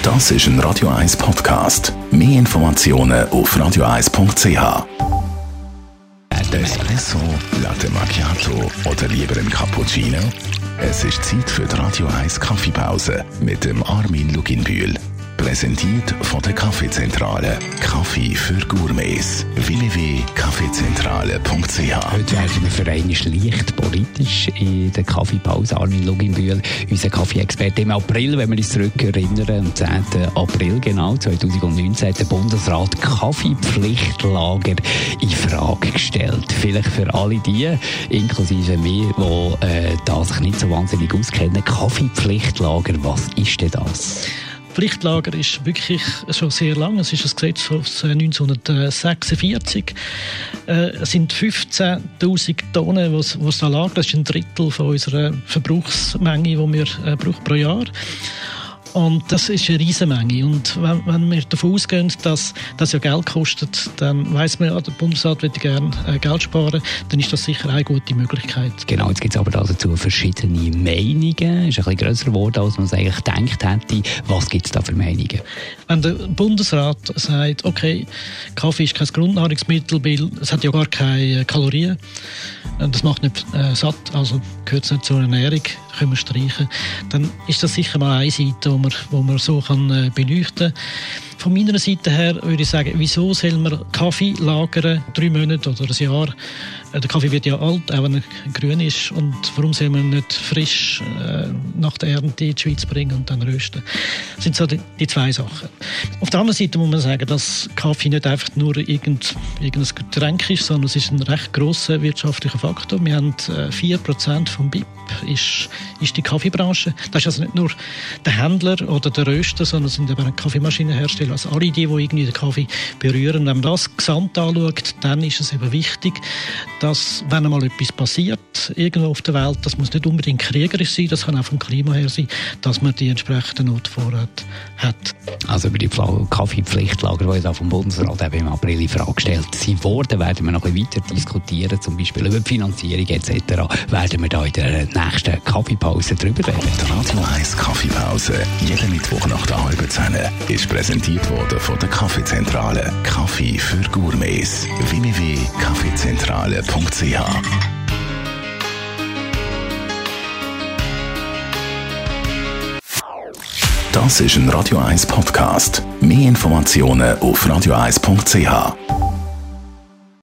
Das ist ein Radio 1 Podcast. Mehr Informationen auf radio1.ch. Espresso, Latte Macchiato oder lieber ein Cappuccino? Es ist Zeit für die Radio 1 Kaffeepause mit dem Armin Luginbühl. Präsentiert von der Kaffeezentrale. Kaffee für Gourmets. www.kaffeezentrale.ch. Heute werden wir für einmal leicht politisch in der Kaffeepause. Armin Luginbühl, unser Kaffee-Experte im April, wenn wir uns zurückerinnern, am 10. April genau 2019 hat der Bundesrat Kaffeepflichtlager in Frage gestellt. Vielleicht für alle die, inklusive mir, die da sich nicht so wahnsinnig auskennen. Kaffeepflichtlager, was ist denn das? Pflichtlager ist wirklich schon sehr lang. Es ist ein Gesetz aus 1946. Es sind 15'000 Tonnen, was da lagert. Das ist ein Drittel von unserer Verbrauchsmenge, die wir brauchen pro Jahr. Und das ist eine Riesenmenge. Und wenn wir davon ausgehen, dass das ja Geld kostet, dann weiss man ja, der Bundesrat würde gerne Geld sparen, dann ist das sicher eine gute Möglichkeit. Genau, jetzt gibt es aber dazu verschiedene Meinungen. Ist ein bisschen grösser geworden, als man es eigentlich gedacht hätte. Was gibt es da für Meinungen? Wenn der Bundesrat sagt, okay, Kaffee ist kein Grundnahrungsmittel, weil es hat ja gar keine Kalorien, das macht nicht satt, also gehört es nicht zur Ernährung, können wir streichen, dann ist das sicher mal eine Seite, wo man so kann beleuchten kann. Von meiner Seite her würde ich sagen, wieso soll man Kaffee lagern, 3 Monate oder ein Jahr? Der Kaffee wird ja alt, auch wenn er grün ist. Und warum soll man nicht frisch nach der Ernte in die Schweiz bringen und dann rösten? Das sind so die zwei Sachen. Auf der anderen Seite muss man sagen, dass Kaffee nicht einfach nur irgendein Getränk ist, sondern es ist ein recht grosser wirtschaftlicher Faktor. Wir haben 4% vom BIP ist die Kaffeebranche. Das ist also nicht nur der Händler oder der Röster, sondern es sind eben auch Kaffeemaschinenhersteller. Also alle die irgendwie den Kaffee berühren. Wenn man das gesamt anschaut, dann ist es eben wichtig, dass, wenn einmal etwas passiert, irgendwo auf der Welt, das muss nicht unbedingt kriegerisch sein, das kann auch vom Klima her sein, dass man die entsprechenden Notvorräte hat. Also über die Kaffeepflichtlager, die jetzt vom Bundesrat eben im April in Frage gestellt wurden, werden wir noch ein bisschen weiter diskutieren, zum Beispiel über die Finanzierung etc. Werden wir da in der nächsten Kaffeepause drüber reden. Die Radio 1 Kaffeepause, jeden Mittwoch nach der halben 10, ist präsentiert worden von der Kaffeezentrale. Kaffee für Gourmets. www.kaffeezentrale.ch. Das ist ein Radio 1 Podcast. Mehr Informationen auf radio1.ch.